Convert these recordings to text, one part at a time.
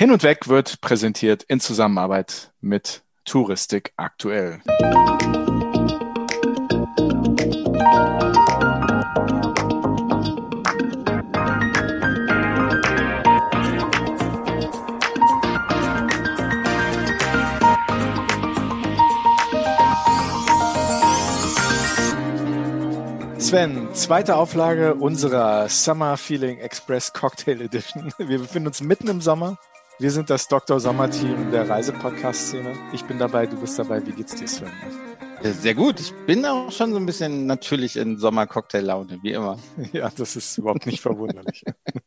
Hin und Weg wird präsentiert in Zusammenarbeit mit Touristik aktuell. Sven, zweite Auflage unserer Summer Feeling Express Cocktail Edition. Wir befinden uns mitten im Sommer. Wir sind das Dr. Sommer-Team der Reisepodcast-Szene. Ich bin dabei, du bist dabei. Wie geht's dir, Sven? Sehr gut. Ich bin auch schon so ein bisschen natürlich in Sommer-Cocktail-Laune, wie immer. Ja, das ist überhaupt nicht verwunderlich.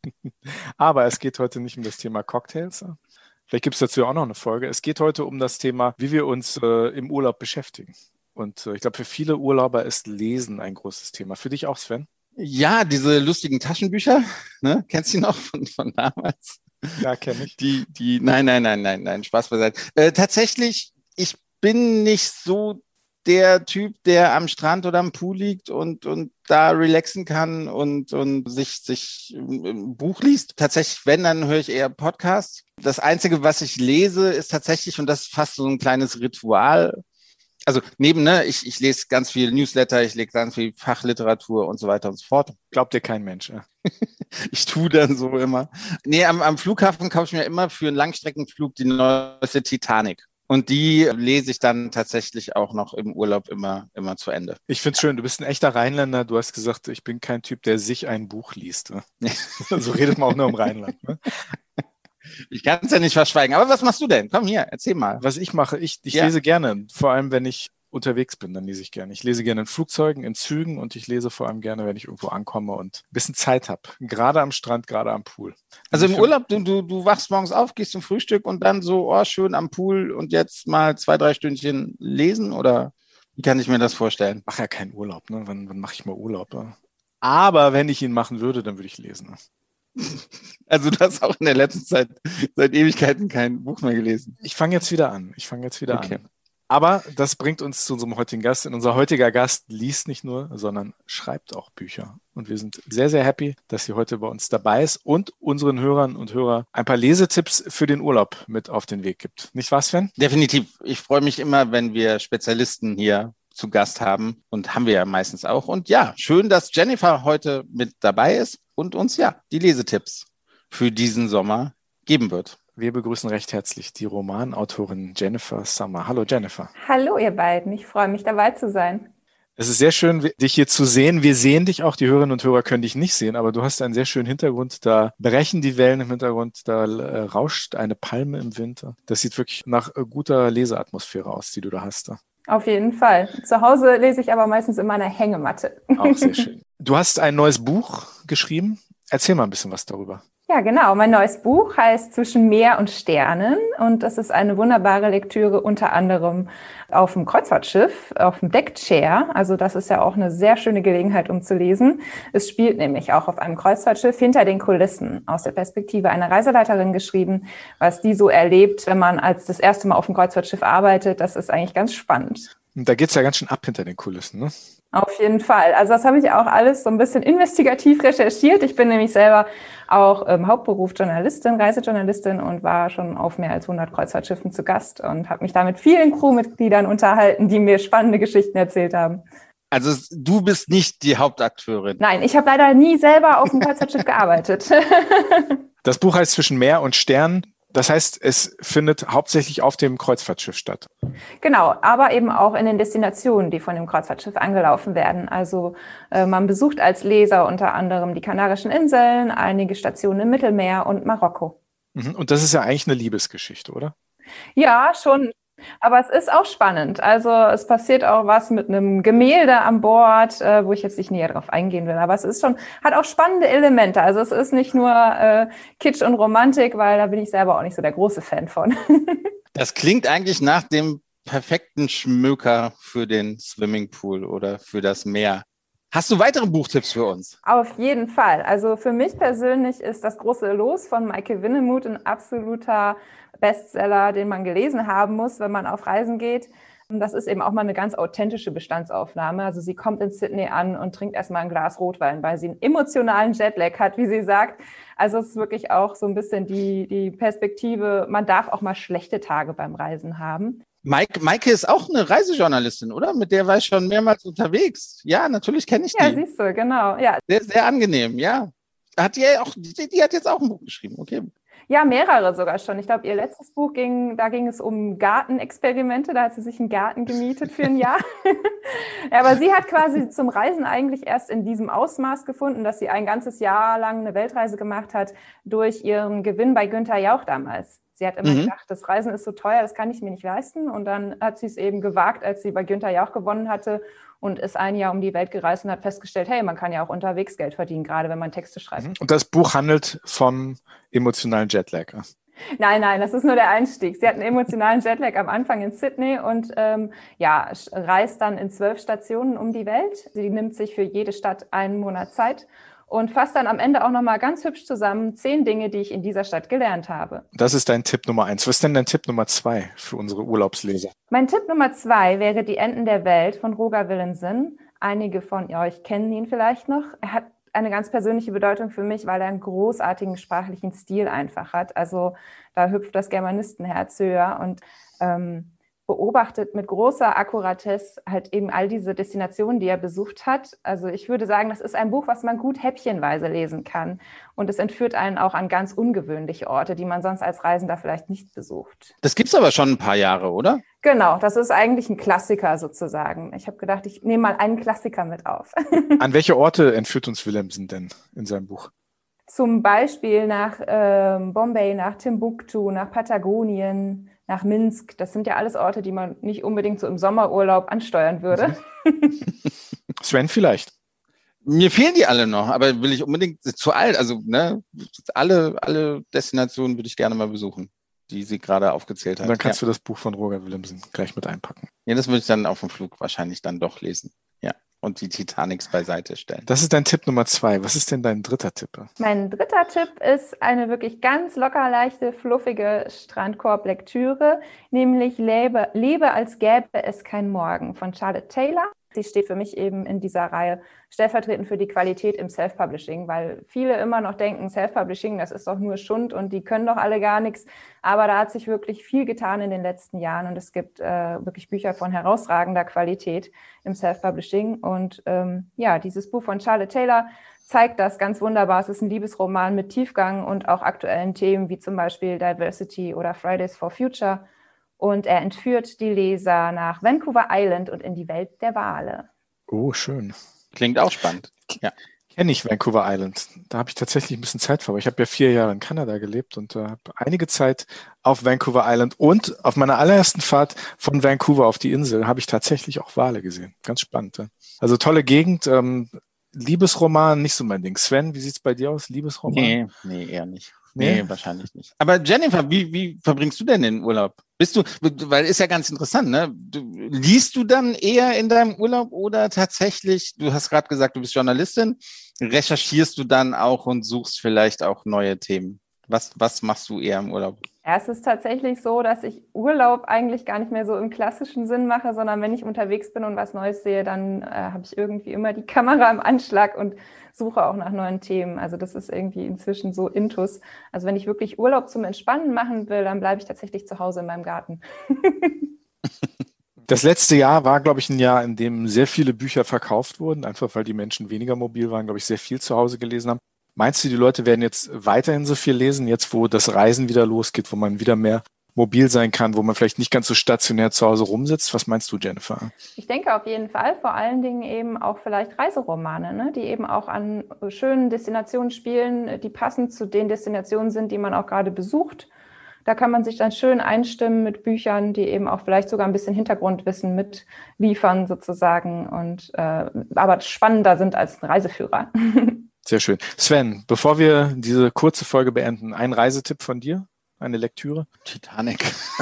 Aber es geht heute nicht um das Thema Cocktails. Vielleicht gibt es dazu auch noch eine Folge. Es geht heute um das Thema, wie wir uns im Urlaub beschäftigen. Und ich glaube, für viele Urlauber ist Lesen ein großes Thema. Für dich auch, Sven? Ja, diese lustigen Taschenbücher, ne? Kennst du die noch von damals? Ja, kenne ich. Nein, Spaß beiseite. Tatsächlich, ich bin nicht so der Typ, der am Strand oder am Pool liegt und da relaxen kann und sich ein Buch liest. Tatsächlich, wenn, dann höre ich eher Podcasts. Das Einzige, was ich lese, ist tatsächlich, und das ist fast so ein kleines Ritual, also ich lese ganz viel Newsletter, ich lese ganz viel Fachliteratur und so weiter und so fort. Glaubt dir kein Mensch, ja? Ich tue dann so immer. Nee, am Flughafen kaufe ich mir immer für einen Langstreckenflug die neueste Titanic. Und die lese ich dann tatsächlich auch noch im Urlaub immer zu Ende. Ich finde es schön, du bist ein echter Rheinländer. Du hast gesagt, ich bin kein Typ, der sich ein Buch liest. Ne? So redet man auch nur im Rheinland. Ne? Ich kann es ja nicht verschweigen. Aber was machst du denn? Komm hier, erzähl mal. Was ich mache, ich lese gerne. Vor allem, wenn ich unterwegs bin, dann lese ich gerne. Ich lese gerne in Flugzeugen, in Zügen und ich lese vor allem gerne, wenn ich irgendwo ankomme und ein bisschen Zeit habe. Gerade am Strand, gerade am Pool. Also im Urlaub, du wachst morgens auf, gehst zum Frühstück und dann so, oh, schön am Pool und jetzt mal 2-3 Stündchen lesen? Oder wie kann ich mir das vorstellen? Ich mache ja keinen Urlaub. Ne? Wann mache ich mal Urlaub? Ne? Aber wenn ich ihn machen würde, dann würde ich lesen. Ne? Also du hast auch in der letzten Zeit seit Ewigkeiten kein Buch mehr gelesen. Ich fange jetzt wieder an. an. Aber das bringt uns zu unserem heutigen Gast. Und unser heutiger Gast liest nicht nur, sondern schreibt auch Bücher. Und wir sind sehr, sehr happy, dass sie heute bei uns dabei ist und unseren Hörern und Hörern ein paar Lesetipps für den Urlaub mit auf den Weg gibt. Nicht wahr, Sven? Definitiv. Ich freue mich immer, wenn wir Spezialisten hier zu Gast haben. Und haben wir ja meistens auch. Und ja, schön, dass Jennifer heute mit dabei ist und uns die Lesetipps für diesen Sommer geben wird. Wir begrüßen recht herzlich die Romanautorin Jennifer Summer. Hallo Jennifer. Hallo ihr beiden, ich freue mich dabei zu sein. Es ist sehr schön, dich hier zu sehen. Wir sehen dich auch, die Hörerinnen und Hörer können dich nicht sehen, aber du hast einen sehr schönen Hintergrund. Da brechen die Wellen im Hintergrund, da rauscht eine Palme im Winter. Das sieht wirklich nach guter Leseatmosphäre aus, die du da hast. Auf jeden Fall. Zu Hause lese ich aber meistens in meiner Hängematte. Auch sehr schön. Du hast ein neues Buch geschrieben. Erzähl mal ein bisschen was darüber. Ja, genau. Mein neues Buch heißt Zwischen Meer und Sternen und das ist eine wunderbare Lektüre unter anderem auf dem Kreuzfahrtschiff, auf dem Deckchair. Also das ist ja auch eine sehr schöne Gelegenheit, um zu lesen. Es spielt nämlich auch auf einem Kreuzfahrtschiff hinter den Kulissen aus der Perspektive einer Reiseleiterin geschrieben, was die so erlebt, wenn man als das erste Mal auf dem Kreuzfahrtschiff arbeitet. Das ist eigentlich ganz spannend. Und da geht's ja ganz schön ab hinter den Kulissen, ne? Auf jeden Fall. Also das habe ich auch alles so ein bisschen investigativ recherchiert. Ich bin nämlich selber auch im Hauptberuf Journalistin, Reisejournalistin und war schon auf mehr als 100 Kreuzfahrtschiffen zu Gast und habe mich da mit vielen Crewmitgliedern unterhalten, die mir spannende Geschichten erzählt haben. Also du bist nicht die Hauptakteurin? Nein, ich habe leider nie selber auf dem Kreuzfahrtschiff gearbeitet. Das Buch heißt Zwischen Meer und Sternen. Das heißt, es findet hauptsächlich auf dem Kreuzfahrtschiff statt. Genau, aber eben auch in den Destinationen, die von dem Kreuzfahrtschiff angelaufen werden. Also man besucht als Leser unter anderem die Kanarischen Inseln, einige Stationen im Mittelmeer und Marokko. Und das ist ja eigentlich eine Liebesgeschichte, oder? Ja, schon. Aber es ist auch spannend. Also es passiert auch was mit einem Gemälde an Bord, wo ich jetzt nicht näher drauf eingehen will. Aber es ist schon, hat auch spannende Elemente. Also es ist nicht nur Kitsch und Romantik, weil da bin ich selber auch nicht so der große Fan von. Das klingt eigentlich nach dem perfekten Schmöker für den Swimmingpool oder für das Meer. Hast du weitere Buchtipps für uns? Auf jeden Fall. Also für mich persönlich ist Das große Los von Maike Winnemuth ein absoluter Bestseller, den man gelesen haben muss, wenn man auf Reisen geht. Das ist eben auch mal eine ganz authentische Bestandsaufnahme. Also sie kommt in Sydney an und trinkt erstmal ein Glas Rotwein, weil sie einen emotionalen Jetlag hat, wie sie sagt. Also es ist wirklich auch so ein bisschen die Perspektive, man darf auch mal schlechte Tage beim Reisen haben. Maike ist auch eine Reisejournalistin, oder? Mit der war ich schon mehrmals unterwegs. Ja, natürlich kenne ich die. Ja, siehst du, genau. Ja. Sehr, sehr angenehm, ja. Die hat jetzt auch ein Buch geschrieben, okay. Ja, mehrere sogar schon. Ich glaube, ihr letztes Buch ging es um Gartenexperimente. Da hat sie sich einen Garten gemietet für ein Jahr. Ja, aber sie hat quasi zum Reisen eigentlich erst in diesem Ausmaß gefunden, dass sie ein ganzes Jahr lang eine Weltreise gemacht hat durch ihren Gewinn bei Günther Jauch damals. Sie hat immer gedacht, das Reisen ist so teuer, das kann ich mir nicht leisten. Und dann hat sie es eben gewagt, als sie bei Günther Jauch gewonnen hatte und ist ein Jahr um die Welt gereist und hat festgestellt, hey, man kann ja auch unterwegs Geld verdienen, gerade wenn man Texte schreibt. Und das Buch handelt vom emotionalen Jetlag. Nein, das ist nur der Einstieg. Sie hat einen emotionalen Jetlag am Anfang in Sydney und reist dann in 12 Stationen um die Welt. Sie nimmt sich für jede Stadt einen Monat Zeit und fasst dann am Ende auch nochmal ganz hübsch zusammen 10 Dinge, die ich in dieser Stadt gelernt habe. Das ist dein Tipp Nummer 1. Was ist denn dein Tipp Nummer 2 für unsere Urlaubsleser? Mein Tipp Nummer 2 wäre Die Enden der Welt von Roger Willemsen. Einige von euch kennen ihn vielleicht noch. Er hat eine ganz persönliche Bedeutung für mich, weil er einen großartigen sprachlichen Stil einfach hat. Also da hüpft das Germanistenherz höher und beobachtet mit großer Akkuratesse halt eben all diese Destinationen, die er besucht hat. Also ich würde sagen, das ist ein Buch, was man gut häppchenweise lesen kann. Und es entführt einen auch an ganz ungewöhnliche Orte, die man sonst als Reisender vielleicht nicht besucht. Das gibt's aber schon ein paar Jahre, oder? Genau, das ist eigentlich ein Klassiker sozusagen. Ich habe gedacht, ich nehme mal einen Klassiker mit auf. An welche Orte entführt uns Willemsen denn in seinem Buch? Zum Beispiel nach Bombay, nach Timbuktu, nach Patagonien, nach Minsk. Das sind ja alles Orte, die man nicht unbedingt so im Sommerurlaub ansteuern würde. Sven vielleicht. Mir fehlen die alle noch, aber will ich unbedingt zu alt. Also alle Destinationen würde ich gerne mal besuchen, die sie gerade aufgezählt hat. Und dann kannst du das Buch von Roger Willemsen gleich mit einpacken. Ja, das würde ich dann auf dem Flug wahrscheinlich dann doch lesen. Ja. Und die Titanics beiseite stellen. Das ist dein Tipp Nummer 2. Was ist denn dein dritter Tipp? Mein dritter Tipp ist eine wirklich ganz locker, leichte, fluffige Strandkorb-Lektüre, nämlich Lebe, als gäbe es kein Morgen von Charlotte Taylor. Sie steht für mich eben in dieser Reihe stellvertretend für die Qualität im Self-Publishing, weil viele immer noch denken, Self-Publishing, das ist doch nur Schund und die können doch alle gar nichts. Aber da hat sich wirklich viel getan in den letzten Jahren und es gibt wirklich Bücher von herausragender Qualität im Self-Publishing. Und dieses Buch von Charlotte Taylor zeigt das ganz wunderbar. Es ist ein Liebesroman mit Tiefgang und auch aktuellen Themen wie zum Beispiel Diversity oder Fridays for Future. Und er entführt die Leser nach Vancouver Island und in die Welt der Wale. Oh, schön. Klingt auch spannend. Ja. Kenne ich Vancouver Island. Da habe ich tatsächlich ein bisschen Zeit vor. Ich habe ja 4 Jahre in Kanada gelebt und habe einige Zeit auf Vancouver Island und auf meiner allerersten Fahrt von Vancouver auf die Insel habe ich tatsächlich auch Wale gesehen. Ganz spannend. Ja? Also tolle Gegend. Liebesroman, nicht so mein Ding. Sven, wie sieht's bei dir aus? Liebesroman? Nee, eher nicht. Nee, wahrscheinlich nicht. Aber Jennifer, wie verbringst du denn den Urlaub? Weil ist ja ganz interessant, ne? Liest du dann eher in deinem Urlaub oder tatsächlich, du hast gerade gesagt, du bist Journalistin, recherchierst du dann auch und suchst vielleicht auch neue Themen? Was machst du eher im Urlaub? Ja, es ist tatsächlich so, dass ich Urlaub eigentlich gar nicht mehr so im klassischen Sinn mache, sondern wenn ich unterwegs bin und was Neues sehe, dann habe ich irgendwie immer die Kamera im Anschlag und suche auch nach neuen Themen. Also das ist irgendwie inzwischen so Intus. Also wenn ich wirklich Urlaub zum Entspannen machen will, dann bleibe ich tatsächlich zu Hause in meinem Garten. Das letzte Jahr war, glaube ich, ein Jahr, in dem sehr viele Bücher verkauft wurden, einfach weil die Menschen weniger mobil waren, glaube ich, sehr viel zu Hause gelesen haben. Meinst du, die Leute werden jetzt weiterhin so viel lesen, jetzt wo das Reisen wieder losgeht, wo man wieder mehr mobil sein kann, wo man vielleicht nicht ganz so stationär zu Hause rumsitzt? Was meinst du, Jennifer? Ich denke auf jeden Fall, vor allen Dingen eben auch vielleicht Reiseromane, ne, die eben auch an schönen Destinationen spielen, die passend zu den Destinationen sind, die man auch gerade besucht. Da kann man sich dann schön einstimmen mit Büchern, die eben auch vielleicht sogar ein bisschen Hintergrundwissen mitliefern sozusagen und aber spannender sind als ein Reiseführer. Sehr schön. Sven, bevor wir diese kurze Folge beenden, ein Reisetipp von dir? Eine Lektüre? Titanic.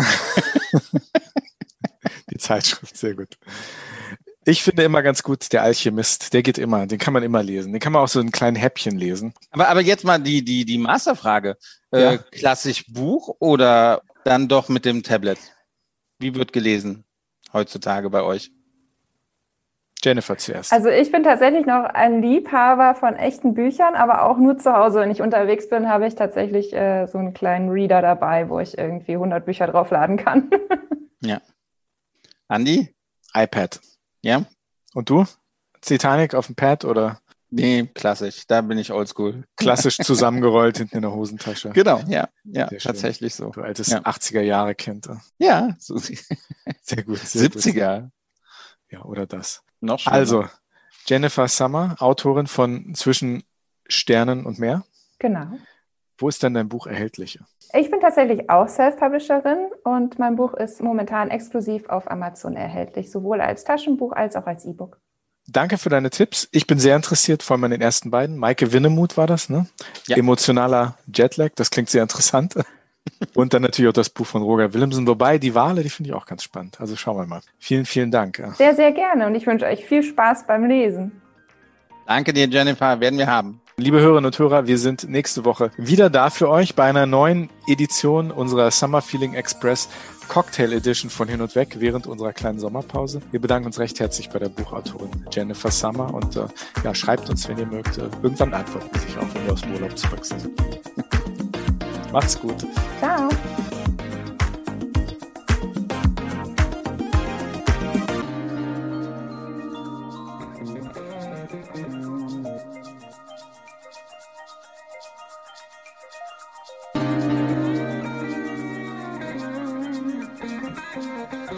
Die Zeitschrift, sehr gut. Ich finde immer ganz gut, der Alchemist, der geht immer, den kann man immer lesen. Den kann man auch so in kleinen Häppchen lesen. Aber jetzt mal die Masterfrage. Ja. Klassisch Buch oder dann doch mit dem Tablet? Wie wird gelesen? heutzutage bei euch? Jennifer zuerst. Also ich bin tatsächlich noch ein Liebhaber von echten Büchern, aber auch nur zu Hause. Wenn ich unterwegs bin, habe ich tatsächlich so einen kleinen Reader dabei, wo ich irgendwie 100 Bücher draufladen kann. Ja. Andi? iPad. Ja? Und du? Titanic auf dem Pad oder? Nee, klassisch. Da bin ich oldschool. Klassisch zusammengerollt hinten in der Hosentasche. Genau, ja, tatsächlich so. Du altes 80er-Jahre-Kind. Ja, so. Sehr gut. 70er. Gut. Ja, oder das. Noch schöner. Also, Jennifer Summer, Autorin von Zwischen Sternen und Meer. Genau. Wo ist denn dein Buch erhältlich? Ich bin tatsächlich auch Self-Publisherin und mein Buch ist momentan exklusiv auf Amazon erhältlich, sowohl als Taschenbuch als auch als E-Book. Danke für deine Tipps. Ich bin sehr interessiert, vor allem an den ersten beiden. Maike Winnemuth war das, ne? Ja. Emotionaler Jetlag, das klingt sehr interessant. Und dann natürlich auch das Buch von Roger Willemsen. Wobei, die Wale, die finde ich auch ganz spannend. Also schauen wir mal. Vielen, vielen Dank. Sehr, sehr gerne und ich wünsche euch viel Spaß beim Lesen. Danke dir, Jennifer. Werden wir haben. Liebe Hörerinnen und Hörer, wir sind nächste Woche wieder da für euch bei einer neuen Edition unserer Summer Feeling Express Cocktail Edition von Hin und Weg während unserer kleinen Sommerpause. Wir bedanken uns recht herzlich bei der Buchautorin Jennifer Summer und schreibt uns, wenn ihr mögt. Irgendwann antworten wir sicher auch, wenn wir aus dem Urlaub zurück sind. Macht's gut. Ciao.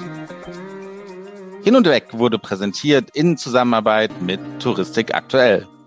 Hin und Weg wurde präsentiert in Zusammenarbeit mit Touristik aktuell.